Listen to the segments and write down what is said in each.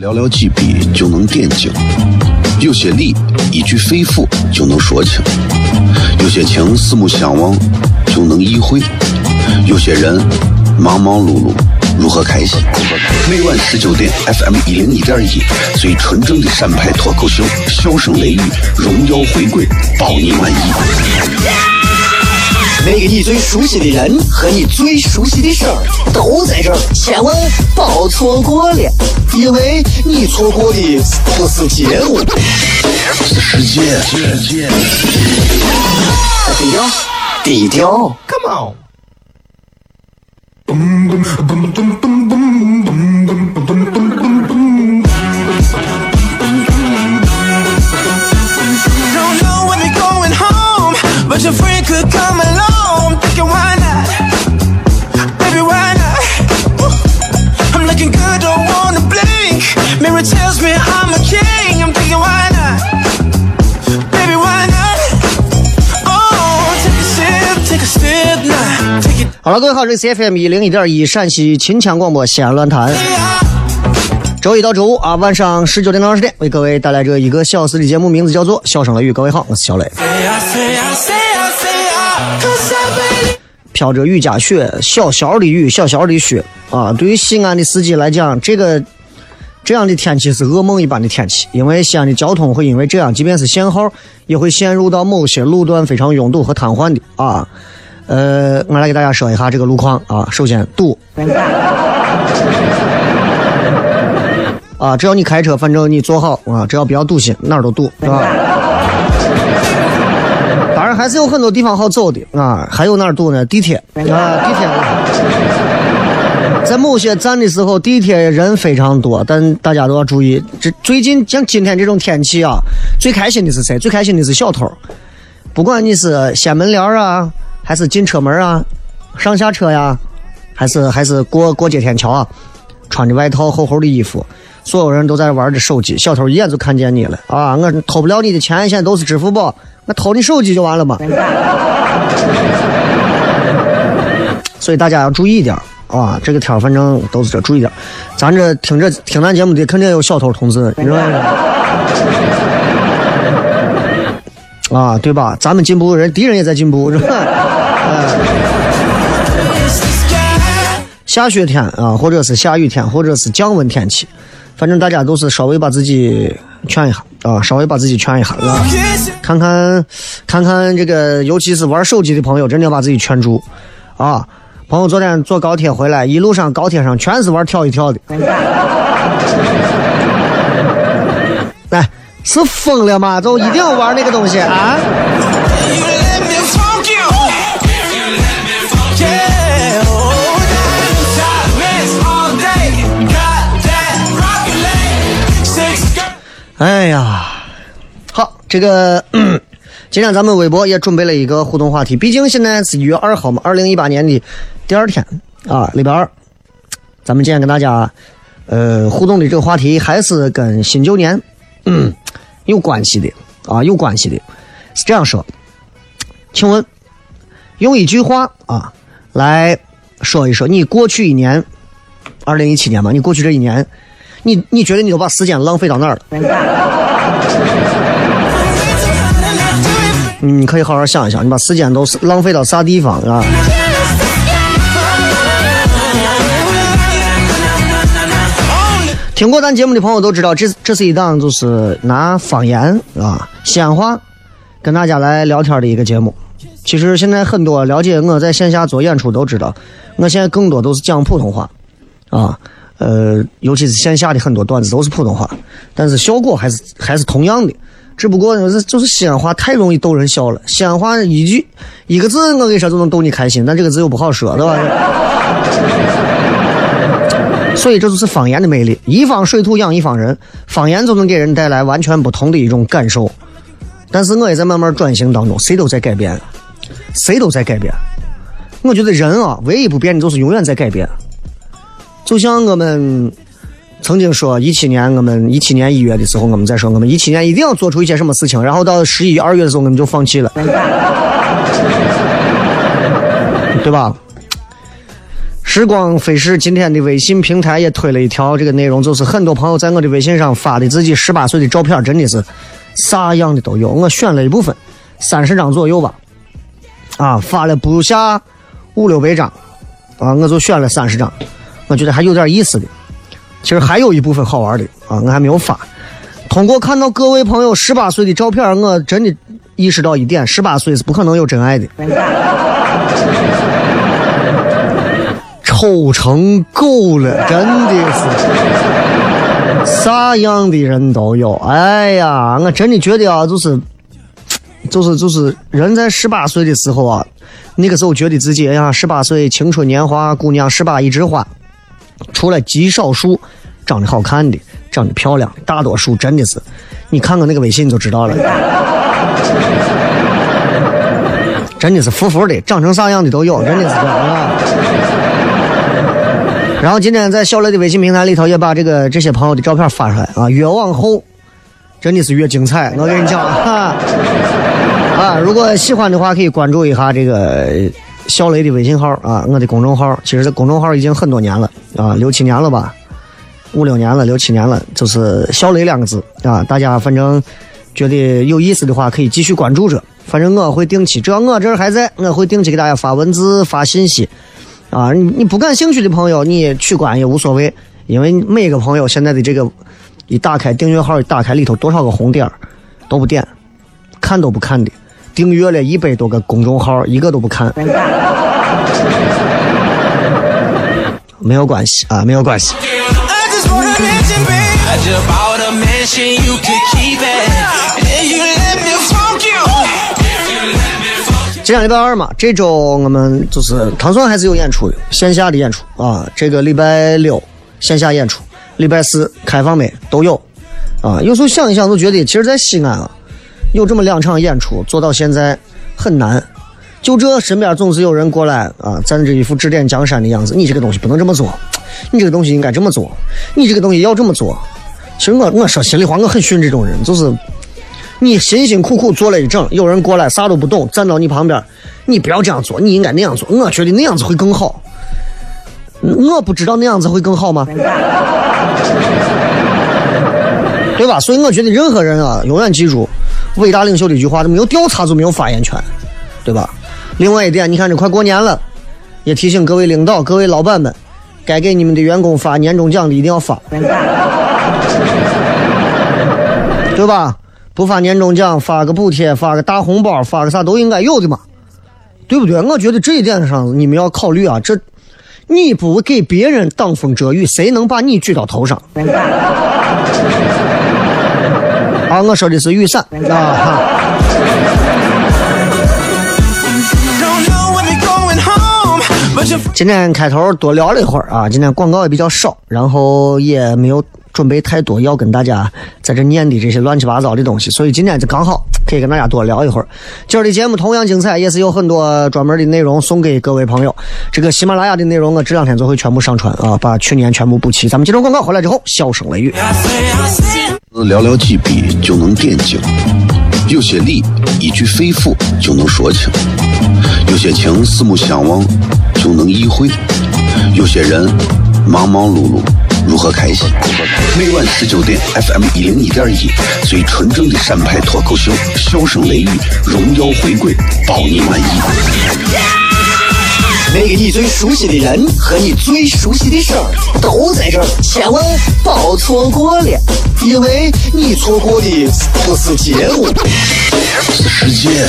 寥寥几笔就能点睛，有些理一句肺腑就能说清，有些情四目相望就能意会，有些人忙忙碌碌如何开心？每晚19点 FM101.1，最纯正的陕派脱口秀，笑声雷雨，荣耀回归，保你满意。 那个你最熟悉的人和你最熟悉的事儿都在这儿，千万别错过了，因为你错过的不是节目， 是世界。 低调 Come on. Boom boom boom boom boom boom boom boom boom boom boom. Don't know when you're going home, but your friend could come along. Thinking why not? Baby, why not? I'm looking good, don't wanna blink. Mirror tells me I'm a king. I'm thinking why not?Baby, why not? Oh, take a step now. Take it. 好了，各位好，这是 CFM101.1陕西秦腔广播西安论坛。周一到周五啊，晚上19点到20点，为各位带来这一个小时的节目，名字叫做《笑声雷雨》。各位好，我是小雷。飘着雨夹雪，小小的雨，小小的雪啊！对于西安的司机来讲，这样的天气是噩梦一般的天气，因为西安的交通会因为这样，即便是限号，也会陷入到某些路段非常拥堵和瘫痪的啊。我来给大家说一下这个路况啊。首先堵啊，只要你开车，反正你坐好啊，只要不要堵心，哪儿都堵，是吧？当然还是有很多地方好走的啊，还有哪儿堵呢？地铁啊，地铁。在某些站的时候，地铁人非常多，但大家都要注意。最近像今天这种天气啊，最开心的是谁？最开心的是小偷。不管你是掀门帘啊，还是进车门啊，上下车呀，还是过街天桥啊，穿着外套厚厚的衣服，所有人都在玩着手机。小偷一眼就看见你了啊！我偷不了你的钱，现在都是支付宝，我偷你手机就完了嘛。所以大家要注意一点。啊，这个天反正都是这，注意点。咱这听咱节目的肯定有小偷同志，你知道吗？啊，对吧？咱们进步，敌人也在进步，是吧？下雪天啊，或者是下雨天，或者是降温天气，反正大家都是稍微把自己劝一下啊，稍微把自己劝一下啊，看看这个，尤其是玩手机的朋友，真的要把自己劝住啊。朋友昨天坐高铁回来，一路上高铁上全是玩跳一跳的，来，是疯了吗？都一定要玩那个东西啊！哎呀，好，这个。今天咱们微博也准备了一个互动话题，毕竟现在是1月2号嘛，2018年的第2天啊，礼拜二，咱们今天跟大家互动的这个话题还是跟新旧年有关系的啊，有关系的。是这样说，请问用一句话啊来说一说你过去一年，2017年嘛，你过去这一年，你觉得你都把时间浪费到哪儿了？你可以好好想一想，你把时间都浪费到啥地方啊？听过咱节目的朋友都知道，这是一档就是拿方言啊、西安话跟大家来聊天的一个节目。其实现在很多了解我在线下做演出都知道，我现在更多都是讲普通话啊，尤其是线下的很多段子都是普通话，但是效果还是同样的。只不过就是西安话太容易逗人笑了，西安话一个字我跟你说就能逗你开心，但这个字又不好说，对吧？所以这就是方言的魅力，一方水土养一方人，方言就能给人带来完全不同的一种感受。但是我也在慢慢转型当中，谁都在改变。我觉得人啊，唯一不变的就是永远在改变。就像我们曾经说17年1月的时候，我们在说我们17年一定要做出一些什么事情，然后到11、2月的时候我们就放弃了，对吧？ 时光飞逝，今天的微信平台也推了一条这个内容，就是很多朋友在我的微信上发的自己18岁的照片，真的是啥样的都有。我选了一部分，30张左右吧，发了不下500-600张，我就选了30张，我觉得还有点意思的。其实还有一部分好玩的我还没有发。通过看到各位朋友18岁的照片，我真的意识到一点，18岁是不可能有真爱的。丑成狗了，真的是啥样的人都有。哎呀，我真的觉得就是人在18岁的时候那个时候觉得自己18岁青春年华，姑娘18一枝花，除了极少数长得好看的长得漂亮的，大多数真的是你看看那个微信就知道了，真的是服服的，长成啥样的都有，真的是这样然后今天在小雷的微信平台里头也把这些朋友的照片发出来越往后真的是越精彩。我跟你讲如果喜欢的话可以关注一下这个小雷的微信号我的公众号。其实这公众号已经很多年了6-7年了吧，5-6年了，6-7年了，就是小雷2个字大家反正觉得有意思的话可以继续关注着。反正我会定期，只要我这儿还在，我会定期给大家发文字发信息你不感兴趣的朋友你取关也无所谓，因为每个朋友现在的这个一打开订阅号，一打开里头多少个红点都不点，看都不看的，订阅了100多个公众号一个都不看没有关系没有关系。今天礼拜2嘛，这周我们就是糖蒜还是有演出的，线下的演出这个礼拜6线下演出，礼拜4开放麦都有有时候想一想都觉得其实在西安有这么2场演出做到现在很难，就这身边总是有人过来站着一副指点江山的样子，你这个东西不能这么做，你这个东西应该这么做，你这个东西要这么做。其实我说心里话，我很训这种人，就是你辛辛苦苦做了一整，有人过来啥都不懂站到你旁边，你不要这样做，你应该那样做，我觉得那样子会更好。我不知道那样子会更好吗？对吧？所以我觉得任何人永远记住伟大领袖的一句话，没有调查就没有发言权，对吧？另外一点，你看这快过年了，也提醒各位领导各位老板们，该给你们的员工发年终奖的一定要发，对吧？不发年终奖发个补贴，发个大红包，发个啥都应该有的嘛，对不对？我觉得这一点上你们要考虑这你不给别人挡风遮雨，谁能把你举到头上我说的是雨伞今天开头多聊了一会儿今天广告也比较少，然后也没有准备太多要跟大家在这念的这些乱七八糟的东西，所以今天就刚好可以跟大家多聊一会儿。今儿的节目同样精彩，也是有很多专门的内容送给各位朋友。这个喜马拉雅的内容这2天就会全部上传把去年全部补齐。咱们接着广告回来之后，笑声雷雨。 寥寥几笔就能点睛，有些力一句肺腑就能说清，有些情四目相望就能意会，有些人忙忙碌碌如何开心？每晚19点 FM 101.1，最纯正的陕派脱口秀，笑声雷雨，荣耀回归，保你满意。 那个你最熟悉的人和你最熟悉的事儿都在这儿，千万别错过了，因为你错过的不是节目， 是世界。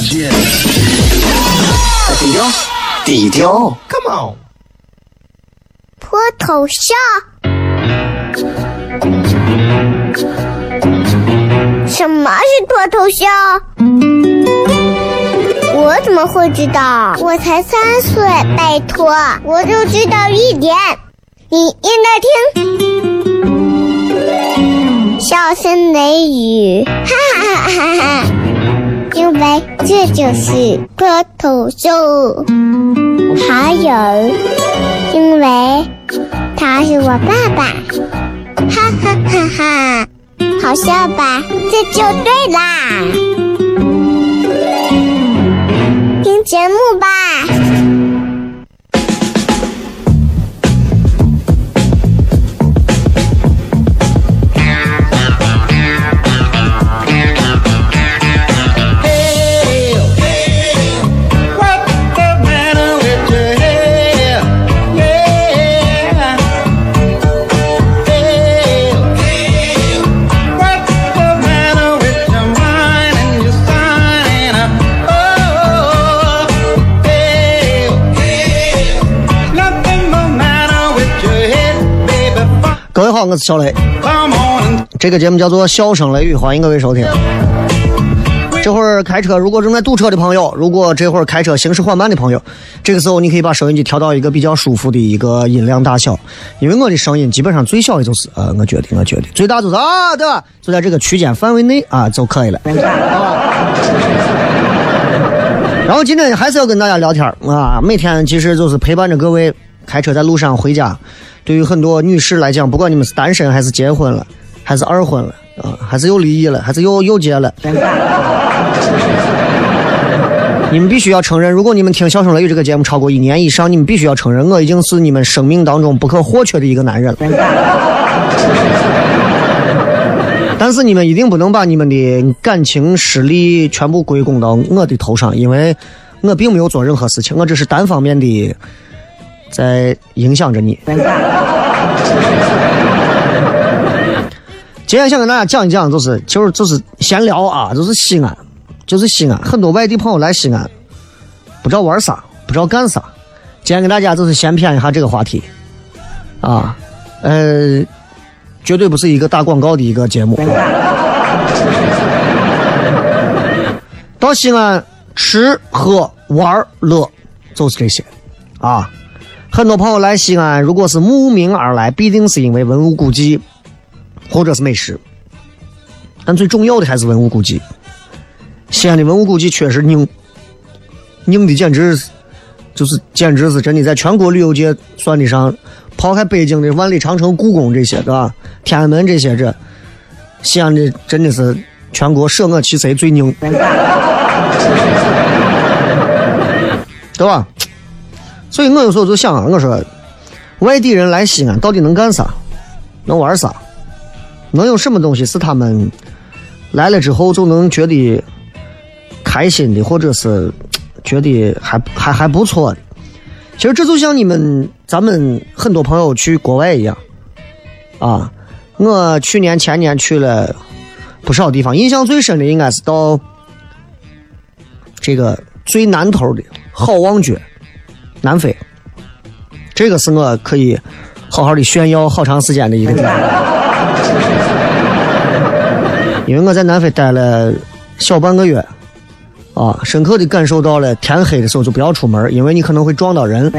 低调 Come on， 脱头像。什么是脱头像？我怎么会知道？我才3岁，拜托，我就知道一点。你应该听，笑声雷雨，哈哈哈哈哈！因为这就是脱头秀。还有，因为他是我爸爸，哈哈哈哈！好笑吧？这就对啦。听节目吧。 好，我是小雷。这个节目叫做笑声雷雨，欢迎各位收听。这会儿开车，如果正在堵车的朋友，如果这会儿开车行驶缓慢的朋友，这个时候你可以把收音机调到一个比较舒服的一个音量大小，因为我的声音基本上最小也就是我觉得最大就是对吧？就在这个区间范围内就可以了。然后今天还是要跟大家聊天每天其实就是陪伴着各位开车在路上回家。对于很多女士来讲，不管你们是单身还是结婚了，还是二婚了还是又离异了，还是又结了，你们必须要承认，如果你们听笑声雷雨这个节目超过1年以上，你们必须要承认，我已经是你们生命当中不可或缺的一个男人了。但是你们一定不能把你们的感情失利全部归功到我的头上，因为我并没有做任何事情，我只是单方面的在影响着你。今天想跟大家讲一讲，就是闲聊就是西安，很多外地朋友来西安，不知道玩啥，不知道干啥。今天跟大家就是闲谝一下这个话题，绝对不是一个打广告的一个节目。到西安吃喝玩乐就是这些很多朋友来西安，如果是慕名而来，必定是因为文物古迹或者是美食，但最重要的还是文物古迹。西安的文物古迹确实硬的简直是真的在全国旅游界算得上，抛开北京的万里长城、故宫这些对吧，天安门这些，这西安的真的是全国舍我其谁最硬，对吧？所以我有时候就想我说外地人来西安到底能干啥，能玩啥，能有什么东西是他们来了之后就能觉得开心的，或者是觉得还不错的。其实这就像咱们很多朋友去国外一样我去年前年去了不少地方，印象最深的应该是到这个最南头的好望角南非，这个是我可以好好的炫耀好长时间的一个地方。因为我在南非待了小半个月深刻的感受到了天黑的时候就不要出门，因为你可能会撞到人。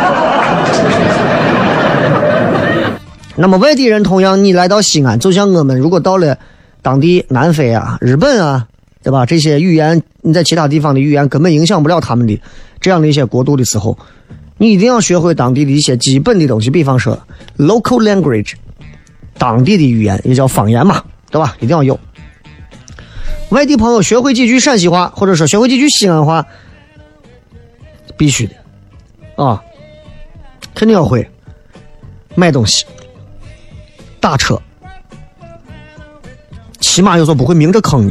那么外地人同样，你来到西安，就像我们如果到了当地南非日本对吧，这些语言你在其他地方的语言根本影响不了他们的这样的一些国度的时候，你一定要学会当地的一些基本的东西，比方说 local language， 当地的语言也叫方言嘛，对吧，一定要有。外地朋友学会几句陕西话，或者说学会几句西安话，必须的肯定要会卖东西、打车，起码有时候不会明着坑你。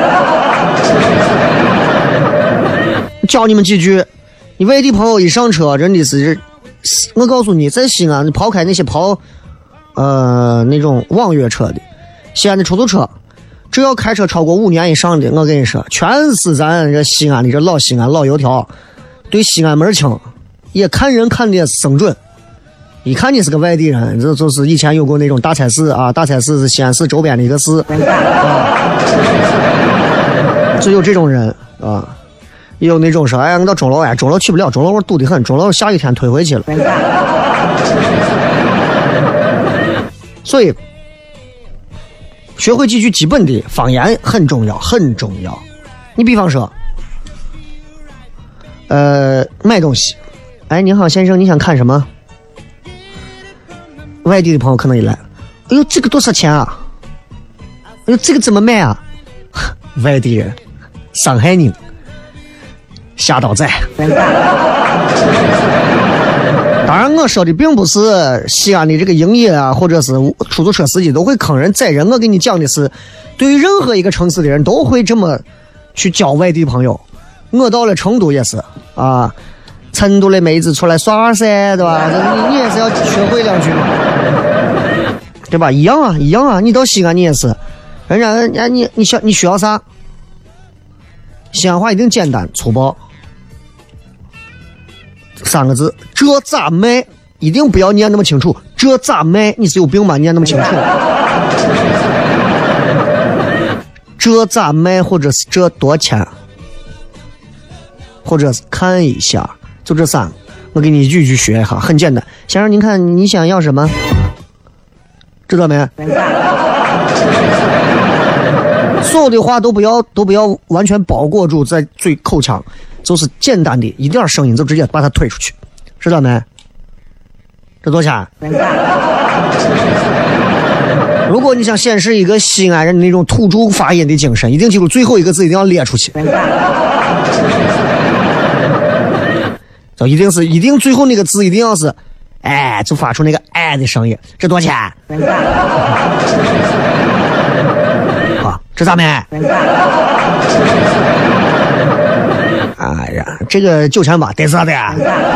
教你们几句，你外地朋友一上车真的是，我告诉你，在西安抛开那些那种网约车的，西安的出租车只要开车超过5年以上的，我跟你说，全是咱这西安的这老西安老油条，对西安门清，也看人看的生准。一看你是个外地人，这就是以前有过那种大菜市大菜市是西安市周边的一个市就有这种人也有那种说我到钟楼钟楼去不了，钟楼堵得很，钟楼下雨天推回去了。所以学会几句基本的方言很重要，很重要。你比方说，卖东西，你好先生，你想看什么？外地的朋友可能一来，哎呦，这个多少钱啊？哎呦，这个怎么卖啊？外地人，上海人，下刀仔。当然我说的并不是西安的这个营业或者是出租车司机都会坑人宰人，我跟你讲的是对于任何一个城市的人都会这么去教外地朋友。我到了成都也是成都的妹子出来耍噻，对吧？你也是要学会两句嘛，对吧？一样你到西安你也是，人家你需要啥？西安话一定简单粗暴，3个字，这咋卖？ 一定不要念那么清楚，这咋卖？你是有病吗？念那么清楚。这咋卖？或者是这多钱？或者是看一下，就这三个，我给你一句一句学一下，很简单。先生，您看你想要什么？知道没？所有的话都不要完全包裹住在嘴口腔，就是简单的一点声音就直接把它推出去，知道没？这多少钱？如果你想显示一个西安人的那种土著发音的精神，一定记住最后一个字一定要列出去，就一定最后那个字一定要是哎，就发出那个哎的声音。这多少钱？啊，这咋卖？哎呀，这个9000吧，得啥的呀？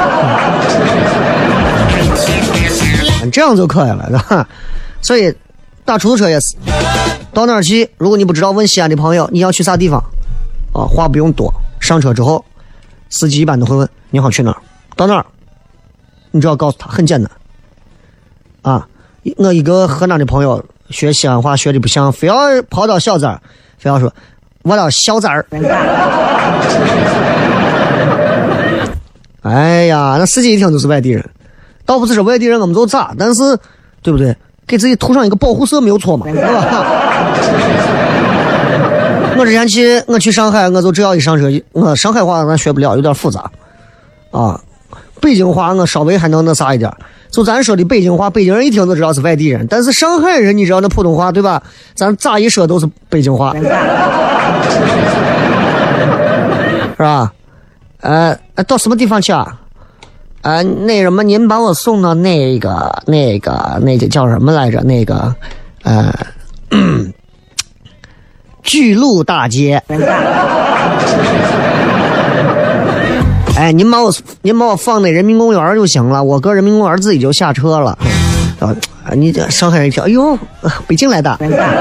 这样就可以了，是吧？所以打出租车也是，到哪儿去？如果你不知道，问西安的朋友你要去啥地方啊？话不用多，上车之后，司机一般都会问你好去哪儿，到哪儿？你只要告诉他，很简单。啊，我一个河南的朋友学西安话学的不像，非要跑到小寨儿，非要说我到小寨儿。哎呀，那司机一听就是外地人。倒不是外地人我们就咋，但是对不对？给自己涂上一个保护色没有错嘛，对吧？我之前去上海，我就只要一上车，我上海话咱学不了，有点复杂啊。北京话我稍微还能那啥一点，就咱说的北京话，北京人一听就知道是外地人，但是上海人你知道那普通话对吧？咱咋一说都是北京话，是吧？到什么地方去啊？那什么，您把我送到那个叫什么来着？那个巨鹿大街。哎，您把我放那人民公园就行了，我搁人民公园自己就下车了。你这上海人一听，哎呦，北京来的。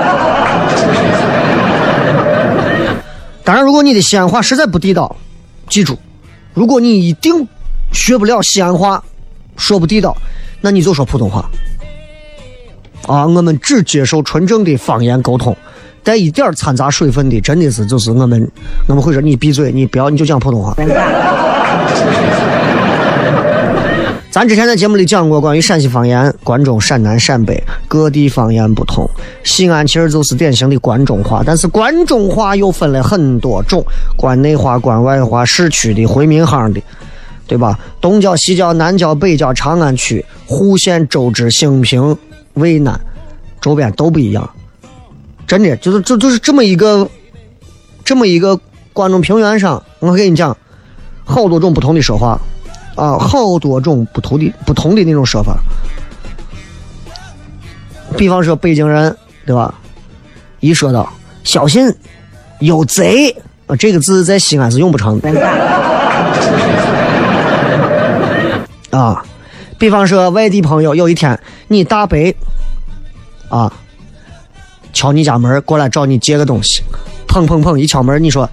当然，如果你的西安话实在不地道，记住，如果你一定学不了西安话，说不地道，那你就说普通话啊！我们只接受纯正的方言沟通，带一点掺杂水分的，真的是就是我们会说你闭嘴，你不要你就讲普通话。咱之前在节目里讲过关于陕西方言，关中、陕南、陕北各地方言不同。西安其实就是典型的关中话，但是关中话又分了很多种，关内话、关外话、市区的、回民行的，对吧？东郊、西郊、南郊、北郊、长安区、户县、周至、兴平、渭南周边都不一样。真的就是这么一个关中平原上，我跟你讲，好多种不同的说话啊，好多种不同的那种说法。比方说北京人，对吧？一说到小心有贼啊，这个字在西安是用不成的啊。比方说外地朋友有一天你大伯啊敲你家门过来找你借个东西，砰砰砰一敲门，你说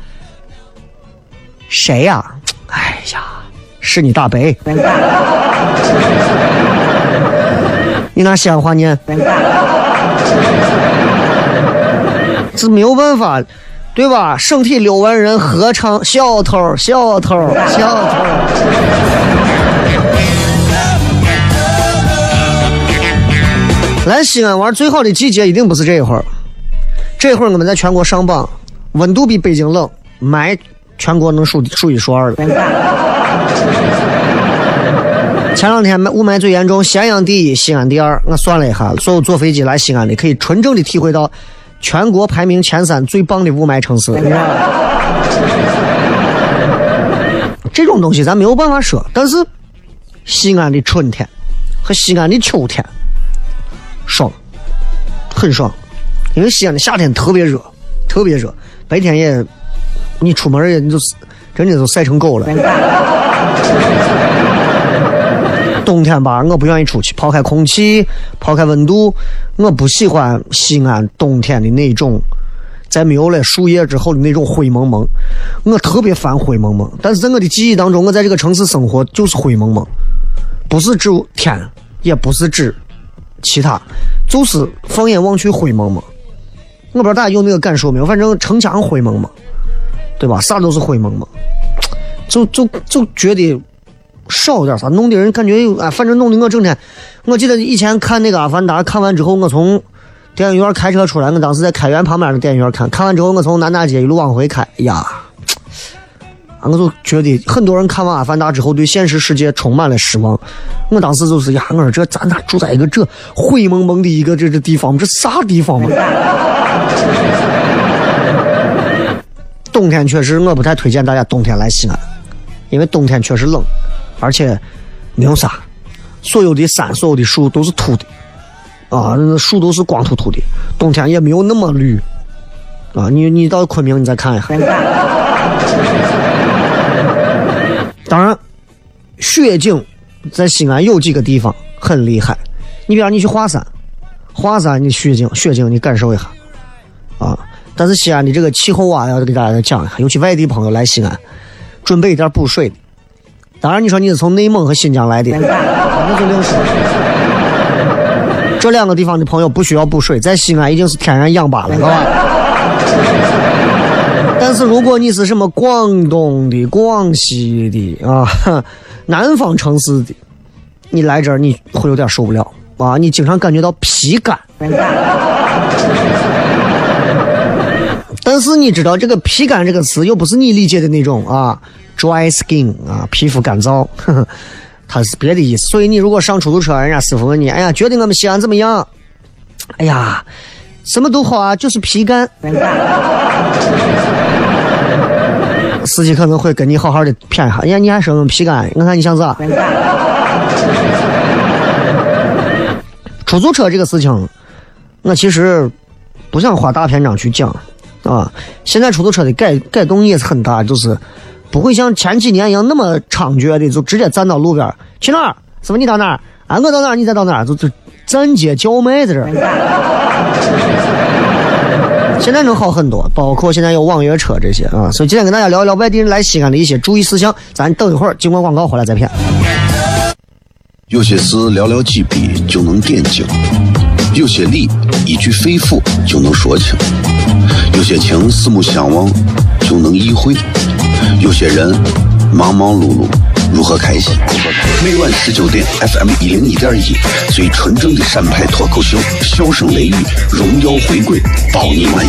谁呀？哎呀，是你大伯。你拿西安话念，这没有办法，对吧？省体6万人合唱小偷小偷小偷。来西安玩最好的季节一定不是这一会儿，这会儿我们在全国上榜，温度比北京冷，霾全国能数一数二的。前两天雾霾最严重，咸阳第一，西安第二。我算了一下，所有坐飞机来西安的可以纯正的体会到全国排名前3最棒的雾霾城市。这种东西咱没有办法说，但是西安的春天和西安的秋天爽，很爽。因为西安的夏天特别热，特别热，白天也你出门也你就真的就晒成狗了。冬天吧，我不愿意出去，抛开空气，抛开温度，我不喜欢西安冬天的那种在没有了树叶之后的那种灰蒙蒙，我特别烦灰蒙蒙。但是在我的记忆当中，我在这个城市生活就是灰蒙蒙， 不是指天，也不是指其他，就是放眼望去灰蒙蒙。我不知道大家有那个感受没有，反正城墙灰蒙蒙，对吧？啥都是灰蒙蒙，就觉得少点啥，弄的人感觉反正弄得我整天。我记得以前看那个《阿凡达》，看完之后我从电影院开车出来，我当时在开元旁边的电影院看完之后，我从南大街一路往回开，呀，我就觉得很多人看完《阿凡达》之后对现实世界充满了失望。我当时就是呀，我说这咱咋住在一个这灰蒙蒙的一个这地方，这啥地方嘛？冬天确实我不太推荐大家冬天来西安，因为冬天确实冷，而且没有啥，所有的山所有的树都是秃的啊，树都是光秃秃的，冬天也没有那么绿啊。你到昆明你再看一下。当然雪景在西安有几个地方很厉害，你比方你去华山你雪景你感受一下啊。但是西安的这个气候啊，要给大家讲一下，尤其外地朋友来西安准备一点补水的。当然你说你是从内蒙和新疆来的，那就另说。这两个地方的朋友不需要补水，在西安已经是天然氧吧了，是吧？但是如果你是什么广东的、广西的啊，南方城市的，你来这儿你会有点受不了啊，你经常感觉到疲感。但是你知道这个疲感这个词又不是你理解的那种啊 ，dry skin 啊，皮肤干燥，呵呵，它是别的意思。所以你如果上出租车，人家师傅问你，哎呀，觉得我们西安怎么样？哎呀，什么都好啊，就是疲感。司机可能会跟你好好的骗一下，哎呀，你还说我们疲感？我看你像啥？出租车这个事情，我其实不想花大篇章去讲。啊，现在出租车的改动也是很大，就是不会像前几年一样那么猖獗的，就直接站到路边，去哪儿？师傅你到哪儿？啊，我到哪儿？你再到哪儿？就站街叫卖在这儿。现在能好很多，包括现在有网约车这些啊。所以今天跟大家聊一聊外地人来西安的一些注意事项，咱等一会儿经过广告回来再骗。 有些事寥寥几笔就能点睛，有些理一句肺腑就能说清，有些情四目相望就能意会，有些人忙忙碌碌如何开心。每晚19点 FM101.1，最纯正的陕派脱口秀，笑声雷雨，荣耀回归，保你满意。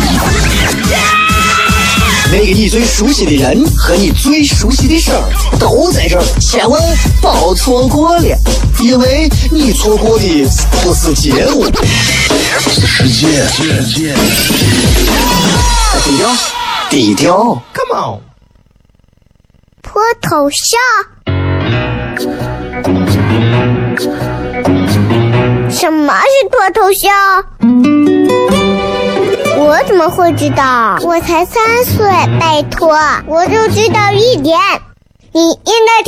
那个你最熟悉的人和你最熟悉的事儿都在这儿，千万别错过了，因为你错过的不是节目， 是世界。 低调 Come on， 脱头像。什么是脱头像？我怎么会知道？我才3岁，拜托，我就知道一点。你应该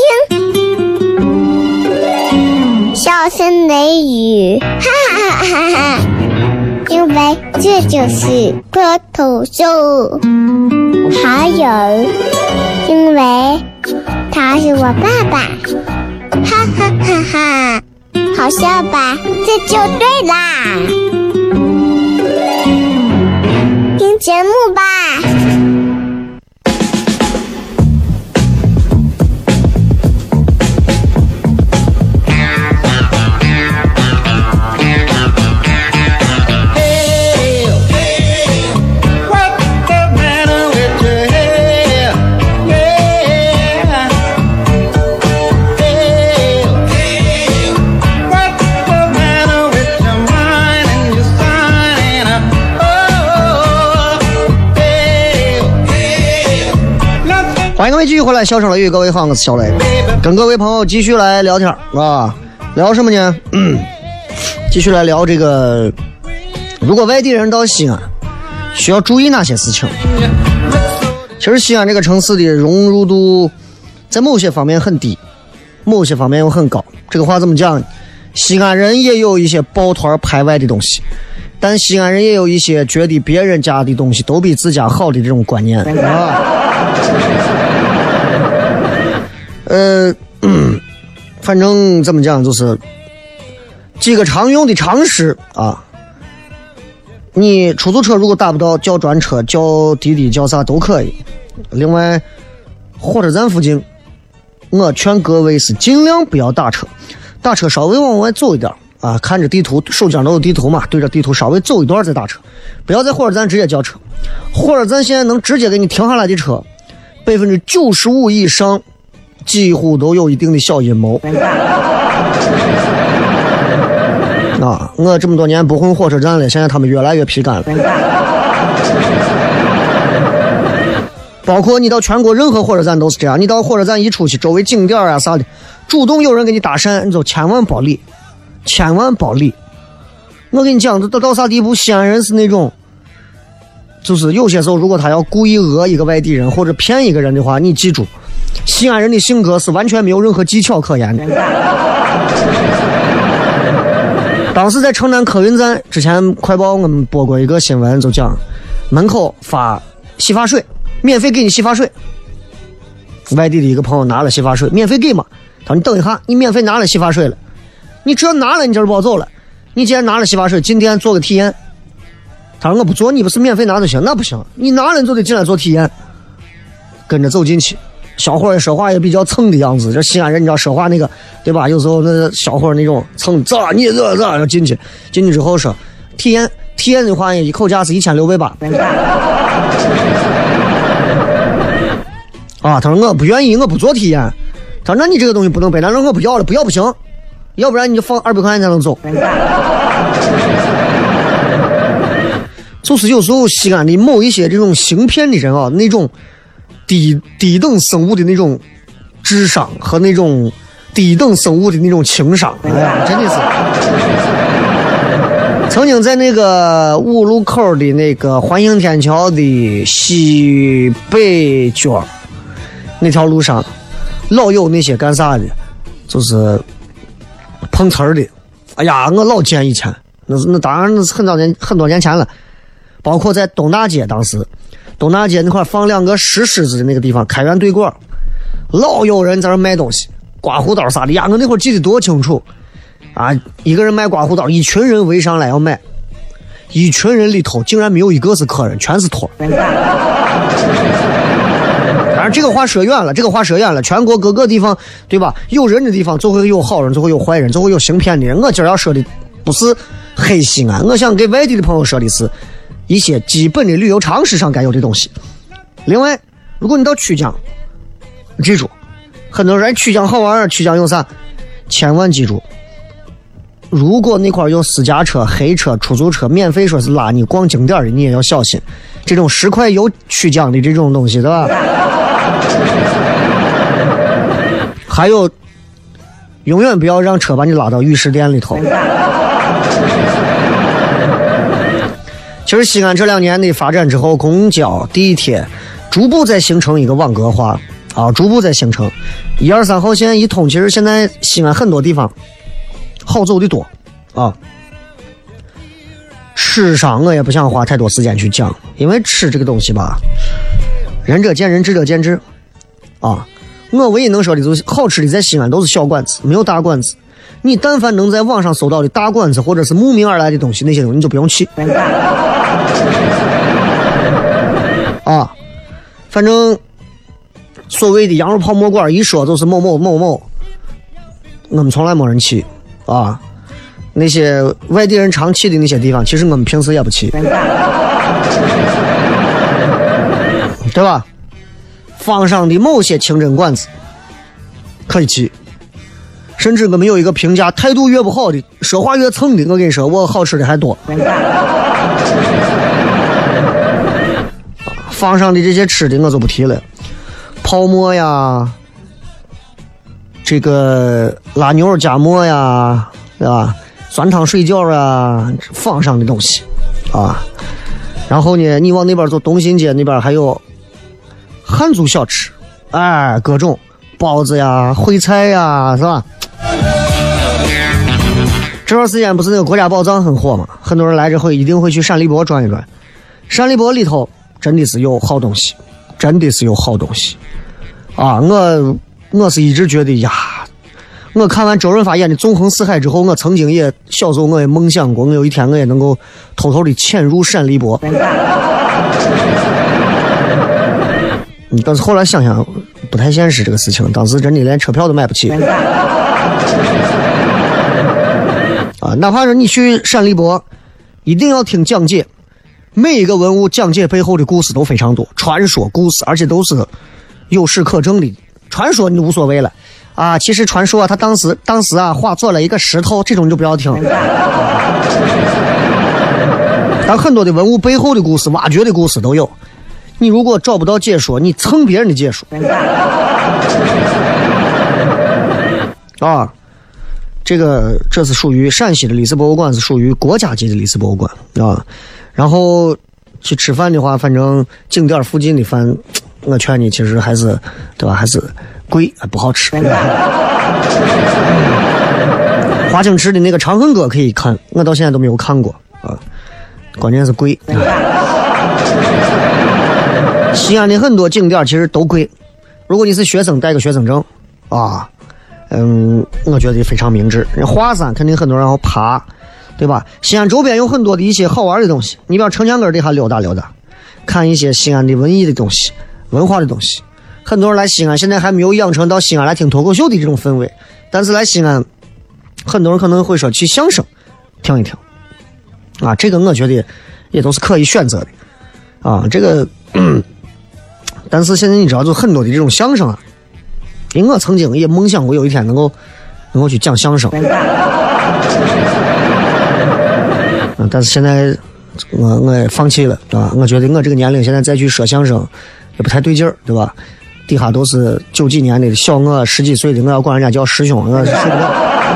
听，笑声雷雨，哈哈哈哈哈！因为这就是脱头秀。还有，因为他是我爸爸，哈哈哈哈！好笑吧？这就对啦。听节目吧。 欢迎各位继续回来，笑声雷雨，各位好，我是小雷，跟各位朋友继续来聊天啊，聊什么呢？继续来聊这个，如果外地人到西安，需要注意哪些事情？其实西安这个城市的融入度，在某些方面很低，某些方面又很高。这个话怎么讲？西安人也有一些抱团排外的东西，但西安人也有一些觉得别人家的东西都比自家好的这种观念啊。 反正这么讲就是几个常用的常识啊。你出租车如果打不到，叫专车、叫滴滴、叫啥都可以。另外，火车站附近，我劝各位是尽量不要打车，打车稍微往外走一点啊，看着地图，手上都有地图嘛，对着地图稍微走一段再打车，不要在火车站直接叫车。火车站现在能直接给你停下来的车，95%以上几乎都有一定的小阴谋。啊，我这么多年不混火车站了，现在他们越来越皮干了。包括你到全国任何火车站都是这样，你到火车站一出去，周围景点啊啥的，主动有人给你搭讪，你就千万别理，千万别理。我跟你讲，到啥地步？西安人是那种，就是有些时候，如果他要故意讹一个外地人或者骗一个人的话，你记住，西安人的性格是完全没有任何技巧可言的。当时在城南客运站之前，快报我们播过一个新闻，就讲门口发洗发水，免费给你洗发水。外地的一个朋友拿了洗发水，免费给嘛？他说你等一下，你免费拿了洗发水了，你只要拿了，你就是不好走了。你既然拿了洗发水，今天做个体验。他说我不做，你不是免费拿就行？那不行，你拿了你就得进来做体验。跟着走进去。小伙儿说话也比较蹭的样子，这西安人你知道说话那个对吧？有时候那小伙儿那种蹭咋你这要进去之后说体验的话，一口价是1680。啊，他说我不愿意，我不做体验。他说那你这个东西不能背，那我不要了，不要不行，要不然你就放200块钱才能走。就是有时候西安的某一些这种行骗的人啊，那种低等生物的那种智商和那种低等生物的那种情商，哎呀，真的是。曾经在那个五路口的那个环形天桥的西北角那条路上，老有那些干啥的，就是碰瓷儿的。哎呀，我老见以前，那当然是很多年前了。包括在东大街，当时东大街那块放2个石狮子的那个地方，开元对过，老有人在那卖东西，刮胡刀啥的呀，我那会儿记得多清楚啊！一个人卖刮胡刀，一群人围上来要卖，一群人里头竟然没有一个是客人，全是托。当然这个话说远了，全国各个地方对吧？有人的地方就会有好人，就会有坏人，就会有行骗的人。我今儿要说的不是黑西安，我想给外地的朋友说的是一些基本的旅游常识上该有的东西。另外，如果你到曲江，记住，很多人曲江好玩，曲江有啥？千万记住，如果那块有私家车、黑车、出租车免费说是拉你逛景点的，你也要小心。这种10块游曲江的这种东西，对吧？还有，永远不要让车把你拉到浴室店里头。其实西安这2年的发展之后，公交、地铁逐步在形成一个网格化啊，逐步在形成。1、2、3号线一通，其实现在西安很多地方好走的多啊。吃上我也不想花太多时间去讲，因为吃这个东西吧，仁者见仁，智者见智啊。我唯一能说的就是好吃的在西安都是小馆子，没有大馆子。你但凡能在网上搜到的大馆子或者是慕名而来的东西，那些东西你就不用去啊。反正所谓的羊肉泡馍馆一说就是某某某某，我们从来没人去啊。那些外地人常去的那些地方，其实我们平时也不去，对吧？坊上的某些清真馆子可以去，甚至我们有一个评价态度越不好的，说话越蹭的，我跟你说，我好吃的还多。坊上的这些吃的我就不提了，泡馍呀，这个拉牛夹馍呀，对吧？酸汤水饺啊，坊上的东西啊。然后呢，你往那边走，东新街那边还有汉族小吃，哎，各种包子呀、烩菜呀，是吧？这段时间不是那个国家宝藏很火嘛，很多人来之后一定会去陕历博转一转。陕历博里头真的是有好东西，真的是有好东西啊！我是一直觉得呀， 我看完周润发演的《纵横四海》之后，我曾经也小时候我也梦想过，我有一天我也能够偷偷的潜入陕历博。但是后来想想不太现实这个事情，当时真的连车票都买不起。哪怕是你去陕历博，一定要听讲解，每一个文物讲解背后的故事都非常多，传说故事，而且都是有史可证的。传说你无所谓了啊，其实传说啊，他当时啊画做了一个石头，这种你就不要听。但很多的文物背后的故事、挖掘的故事都有。你如果找不到解说，你蹭别人的解说。啊，这是属于陕西的历史博物馆，是属于国家级的历史博物馆啊。然后去吃饭的话，反正景点附近的饭，我劝你其实还是，对吧？还是贵，不好吃。华清池的那个《长恨歌》可以看，我到现在都没有看过啊。关键是贵。西安的很多景点其实都贵，如果你是学生，带个学生证啊，我觉得非常明智。华山肯定很多人要爬，对吧？西安周边有很多的一些好玩的东西，你比如城墙根底下溜达溜达，看一些西安的文艺的东西、文化的东西。很多人来西安现在还没有养成到西安来听脱口秀的这种氛围，但是来西安很多人可能会说去相声听一听啊，这个我觉得也都是可以选择的啊。这个但是现在你知道，就很多的这种相声啊，因为我曾经也梦想过有一天能够去讲相声，但是现在我也放弃了啊！我觉得我这个年龄现在再去说相声也不太对劲儿，对吧？底下都是90几年的小我10几岁的，我要管人家叫师兄，我受不了。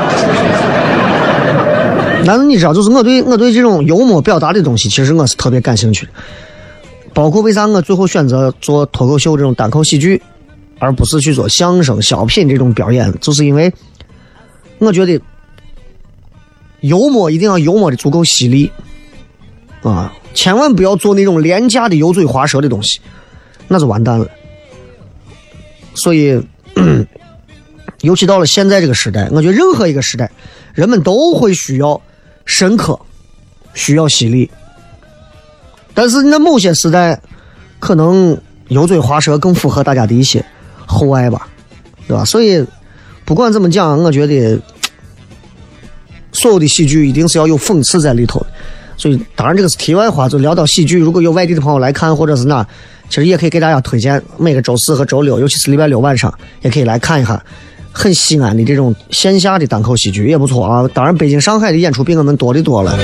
但是你知道，就是我对这种幽默表达的东西，其实我是特别感兴趣的。包括为啥我最后选择做脱口秀这种单口喜剧，而不是去做相声、小品这种表演，就是因为我觉得幽默一定要幽默的足够犀利啊，千万不要做那种廉价的油嘴滑舌的东西，那就完蛋了。所以尤其到了现在这个时代，我觉得任何一个时代人们都会需要深刻，需要犀利，但是那某些时代可能油嘴滑舌更符合大家的一些厚爱吧，对吧？所以不管怎么讲，我觉得所有的喜剧一定是要有讽刺在里头的。所以当然这个是题外话，就聊到喜剧，如果有外地的朋友来看或者是哪，其实也可以给大家推荐每个周四和周六，尤其是礼拜六晚上也可以来看一看很西安的这种线下的单口喜剧也不错啊。当然北京上海的演出比我们多的多了。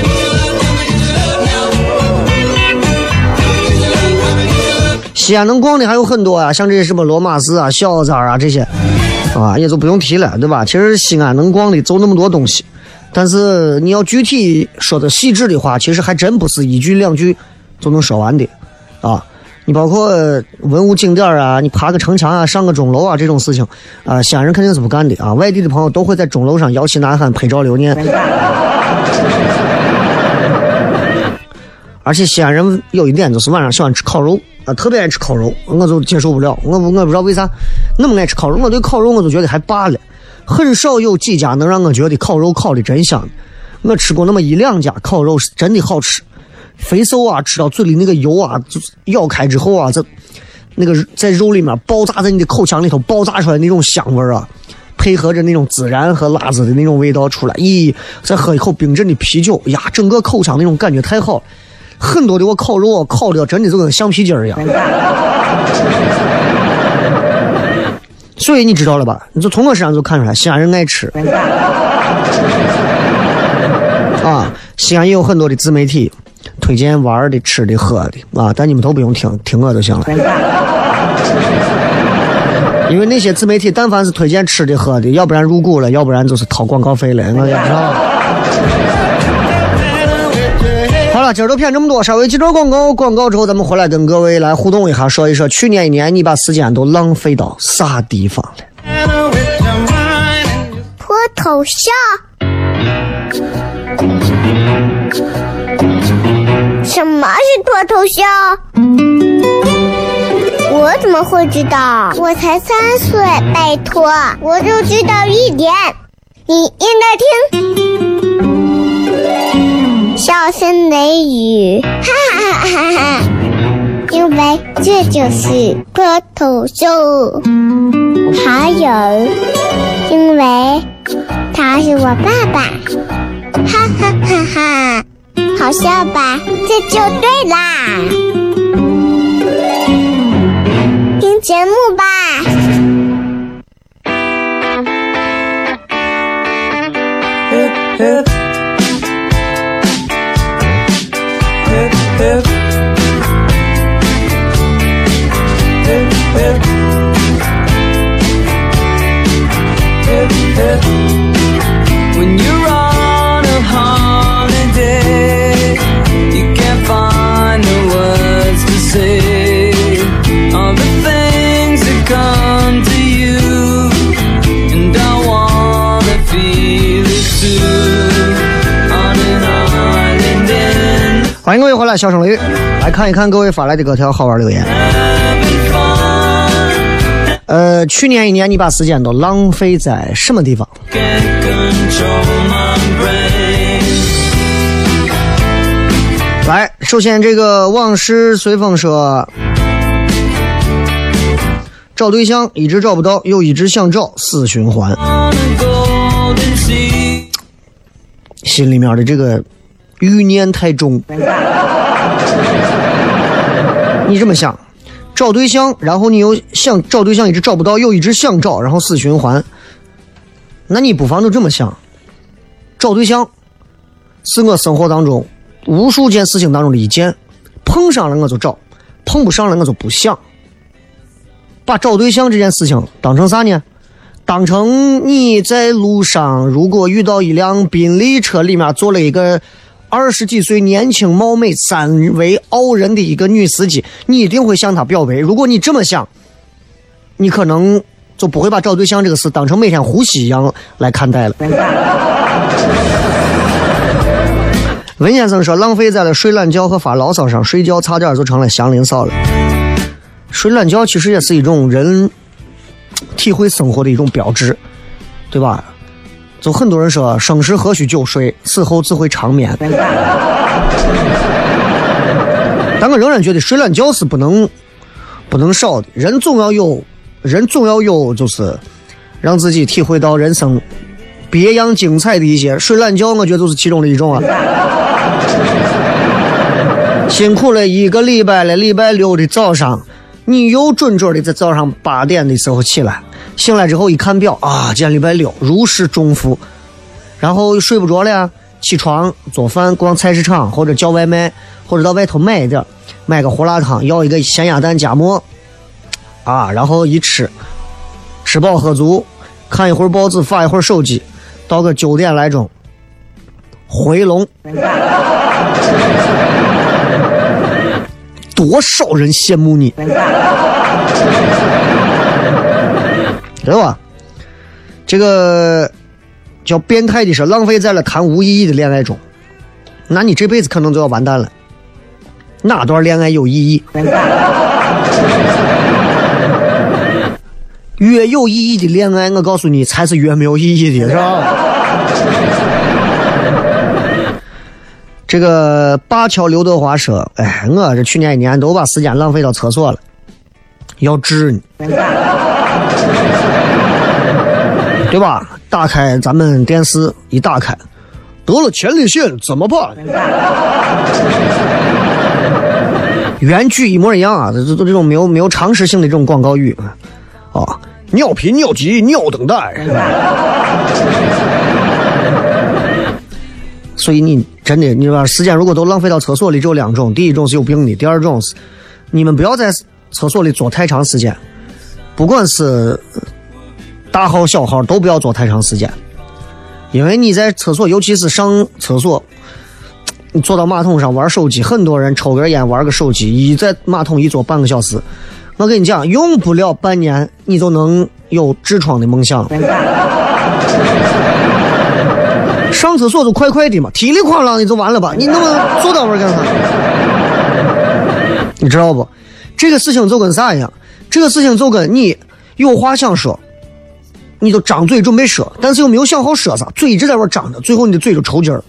西安能逛的还有很多啊，像这些什么罗马寺啊、小寨啊这些啊，也就不用提了，对吧？其实西安能逛的就那么多东西，但是你要具体说的细致的话，其实还真不是一句两句就能说完的啊。你包括文物景点啊，你爬个城墙啊、上个钟楼啊这种事情啊，西安人肯定是不干的啊。外地的朋友都会在钟楼上摇旗呐喊、拍照留念。而且西安人有一点就是晚上喜欢吃烤肉啊，特别爱吃烤肉，我就接受不了。我不知道为啥那么爱吃烤肉，我对烤肉我就觉得还罢了，很少有几家能让我觉得烤肉烤的真香。我吃过那么一两家烤肉是真的好吃，肥瘦啊，吃到嘴里那个油啊，就是咬开之后啊，这那个在肉里面爆炸在你的口腔里头爆炸出来那种香味啊，配合着那种孜然和辣子的那种味道出来，再喝一口冰镇的啤酒呀，整个口腔那种感觉太好了。很多的我烤肉烤的真的就跟橡皮筋一样。所以你知道了吧？你就从我身上就看出来，西安人爱吃啊。西安也有很多的自媒体推荐玩的、吃的、喝的啊，但你们都不用听我就行了。因为那些自媒体但凡是推荐吃的喝的，要不然入股了，要不然就是掏广告费了，我也知道。好了，今儿都骗这么多，稍微记着广告之后，咱们回来跟各位来互动一下，说一说去年一年你把时间都浪费到啥地方了？ 脱头像？什么是脱头像？我怎么会知道？我才3岁，拜托，我就知道一点。 你应该听。笑声雷雨，哈哈哈哈！因为这就是脱口秀。还有，因为他是我爸爸，哈哈哈哈！好笑吧？这就对啦。听节目吧。 When you're on a holiday, you can't find the words to say all the things that come to you, and I wanna feel it too. On an island in 欢迎各位回来，笑声雷雨，来看一看各位发来的各条好玩留言。去年一年你把时间都浪费在什么地方？来，首先这个往事随风说，找对象一直找不到，又一直想找，死循环。心里面的这个欲念太重。你这么想，找对象，然后你又想找对象，一直找不到，又一直想找，然后死循环。那你不妨就这么想，找对象是我生活当中无数件事情当中的一件，碰上了我就找，碰不上了我就不想。把找对象这件事情当成啥呢？当成你在路上如果遇到一辆宾利车，里面坐了一个20几岁年轻貌美三围傲人的一个女司机，你一定会向她表白。如果你这么想，你可能就不会把找对象这个事当成每天呼吸一样来看待了。文先生说，浪费在了睡懒觉和发牢骚上，睡觉差点就成了祥林嫂了。睡懒觉其实也是一种人体会生活的一种标志，对吧？就很多人说生时何须久睡，死后自会长眠。但我仍然觉得睡懒觉是不能少的，人总要有就是让自己体会到人生别样精彩的一些，睡懒觉我觉得就是其中的一种啊。辛苦了一个礼拜了，礼拜六的早上你又准准的在早上8点的时候起来，醒来之后一看表啊，今天礼拜六，如释重负，然后睡不着了呀，起床做饭，逛菜市场或者叫外卖，或者到外头买一点，买个胡辣汤，要一个咸鸭蛋夹馍啊，然后一吃饱喝足，看一会儿报纸，发一会儿手机，到个9点来钟回笼。多少人羡慕你，对吧？这个叫变态的是浪费在了谈无意义的恋爱中，那你这辈子可能就要完蛋了。哪段恋爱有意义？越有意义的恋爱，我告诉你才是越没有意义的，是吧？这个灞桥刘德华说，哎，我这去年一年都把时间浪费到厕所了，要治你，对吧？打开咱们电视一打开，得了前列腺怎么办？原句一模一样啊，这种没有常识性的这种广告语啊，尿频尿急尿等待。所以你真的，你把时间如果都浪费到厕所里，只有2种，第一种是有病的，第二种是你们不要在厕所里坐太长时间，不管是大号小号都不要坐太长时间，因为你在厕所，尤其是上厕所，你坐到马桶上玩手机，很多人抽根烟玩个手机，一在马桶一坐半个小时，我跟你讲，用不了半年你就能有痔疮的梦想。上厕所就快快的嘛，体力哐啷你就完了吧，你那么坐到玩干啥？你知道不？这个事情就跟啥一样？这个事情就跟你有话想说， 你就张嘴准备射，但是又没有想好射啥，嘴一直在那张着，最后你的嘴就抽筋儿。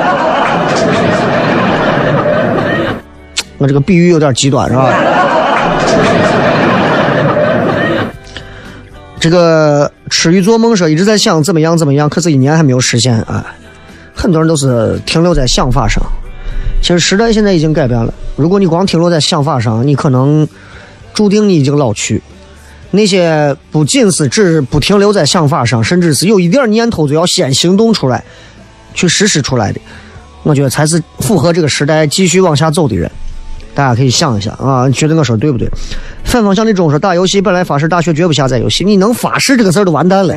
我这个比喻有点极端是吧？这个吃鱼做梦说一直在想怎么样，可是1年还没有实现啊。很多人都是停留在想法上，其实时代现在已经改变了。如果你光停留在想法上，你可能注定你已经老去。那些不仅是只不停留在想法上，甚至是有一点念头就要先行动出来去实施出来的，我觉得才是符合这个时代继续往下走的人。大家可以想一下啊，觉得我说对不对？反方向的中说打游戏本来发誓大学绝不下载游戏，你能发誓这个事儿都完蛋了。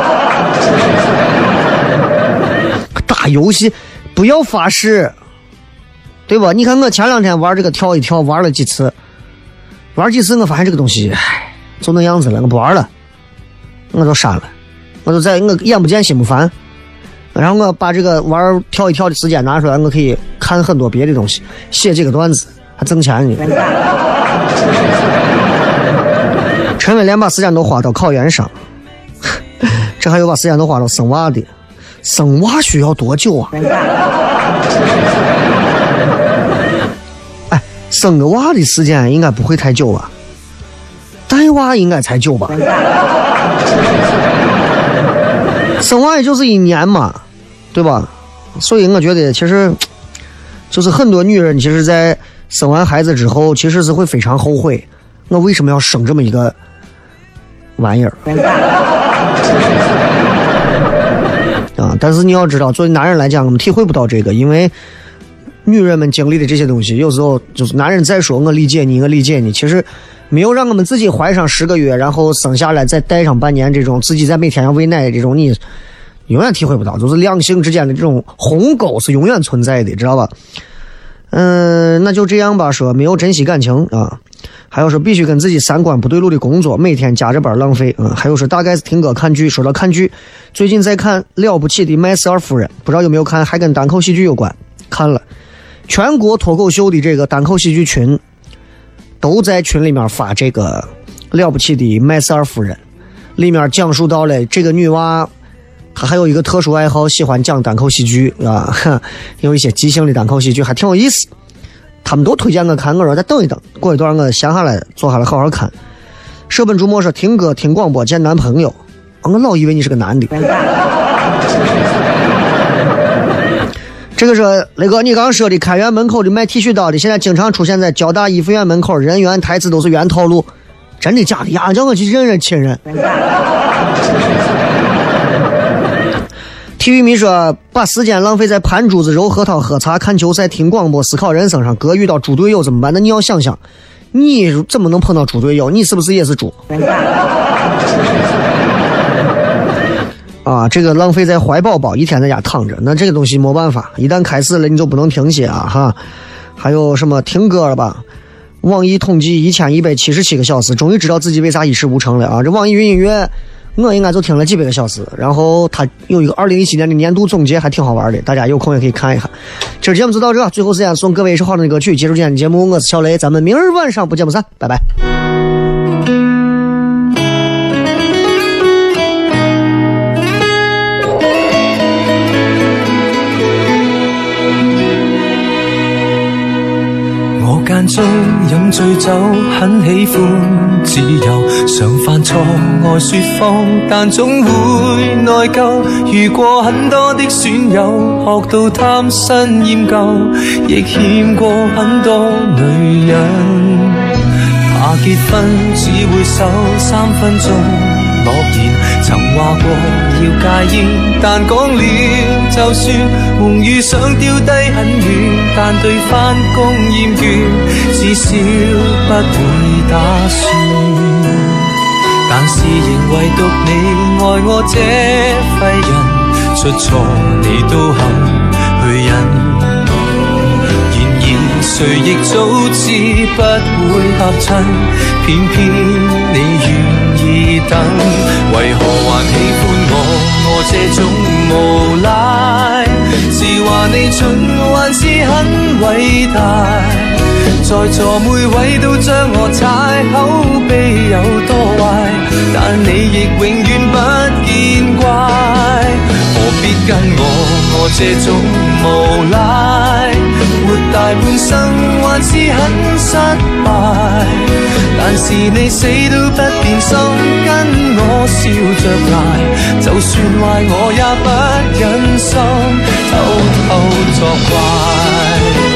打游戏不要发誓，对吧？你看我前2天玩这个跳一跳玩了几次我发现这个东西就那样子了，我不玩了，我就删了，我眼不见心不烦。然后我把这个玩跳一跳的时间拿出来，我可以看很多别的东西，写这个段子还挣钱呢。陈伟连把时间都花到考研上，这还有把时间都花到生娃的，生娃需要多久啊？哎，生个娃的时间应该不会太久吧？带娃应该才久吧？生娃也就是1年嘛，对吧？所以我觉得其实就是很多女人其实在生完孩子之后其实是会非常后悔，我为什么要生这么一个玩意儿啊？但是你要知道，作为男人来讲我们体会不到这个，因为女人们经历的这些东西有时候就是男人再说我理解你，其实没有让我们自己怀上10个月然后生下来再带上半年，这种自己在每天要喂奶的这种你永远体会不到，就是两性之间的这种鸿沟是永远存在的，知道吧？那就这样吧，说没有珍惜感情啊，还有说必须跟自己三观不对路的工作，每天加着班浪费啊，还有说大概是听歌看剧。说到看剧，最近在看了不起的麦瑟尔夫人，不知道有没有看，还跟单口喜剧有关，看了。全国脱口秀的这个单口喜剧群都在群里面发这个了不起的麦瑟尔夫人，里面讲述到了这个女娃她还有一个特殊爱好，喜欢讲单口喜剧啊，有一些即兴的单口喜剧还挺有意思，他们都推荐我看，我说再等一等，过一段我闲下来坐下来好好看。舍本逐末说听歌听广播见男朋友，我老以为你是个男的。这个是雷哥，你刚说的开元门口的卖剃须刀的，现在经常出现在交大医学院门口，人员台词都是原套路，真的假的呀？叫我去认认亲人。体育迷说把时间浪费在盘珠子揉核桃喝茶看球赛听广播思考人生上，哥遇到猪队友怎么办？那你要想想你怎么能碰到猪队友，你是不是也是猪啊？这个浪费在怀宝宝，一天在家躺着，那这个东西没办法，一旦开始了你就不能停歇啊哈。还有什么听歌了吧？网易统计1177个小时，终于知道自己为啥一事无成了啊！这网易云音乐我应该就听了几百个小时，然后它有一个2017年的年度总结，还挺好玩的，大家有空也可以看一看。这节目就到这，最后时间送各位一首好听的歌曲，结束今天的节目，我是小雷，咱们明日晚上不见不散，拜拜。 間中飲醉酒，很喜歡自由，常犯錯愛說謊，但總會內疚。遇過很多的損友，學到貪新厭舊，亦欠過很多女人。怕結婚只會守3分鐘諾言，曾話過要戒煙，但講了就算，夢與想丟低很遠，但對返工厭倦，至少不會打算。但是仍唯獨你愛我這廢人，出錯你都肯去忍。誰亦早知不會合襯，偏偏你願意等，為何還喜歡我這種無賴？是話你蠢還是很偉大？ 在座每位都將我踩，口碑有多壞，但你亦永遠不見怪。何必跟我這種無賴，活大半生還是很失敗。但是你死都不變心，跟我笑着捱，就算壞我也不忍心偷偷作怪。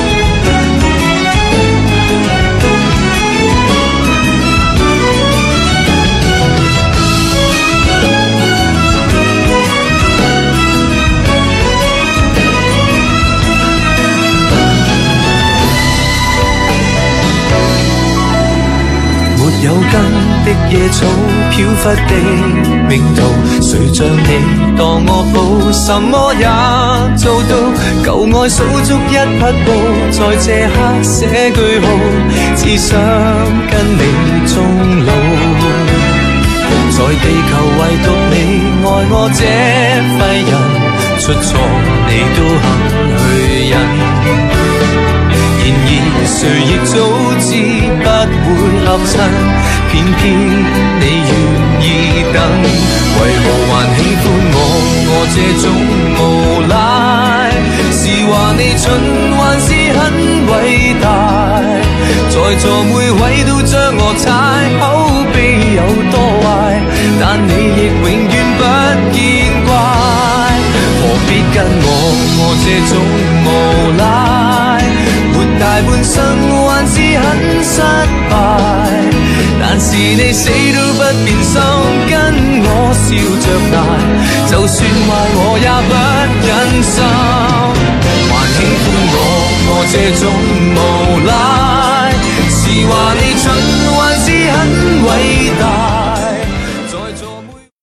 有根的野草飄忽的命途，誰像你當我寶，什麼也做到，舊愛數足一匹布，在這刻寫句號，只想跟你終老。在地球唯獨你愛我這廢人，出錯你都肯去忍。然而誰亦早知不會合襯，偏偏你願意等，為何還喜歡我這種無賴？是話你蠢還是很偉大？在座每位都將我踩，口碑有多壞，但你亦永遠不見怪。何必跟我這種無賴？大半生還是很失敗，但是你死都不變心，跟我笑着捱，就算壞我也不忍心。還喜歡我這種無賴？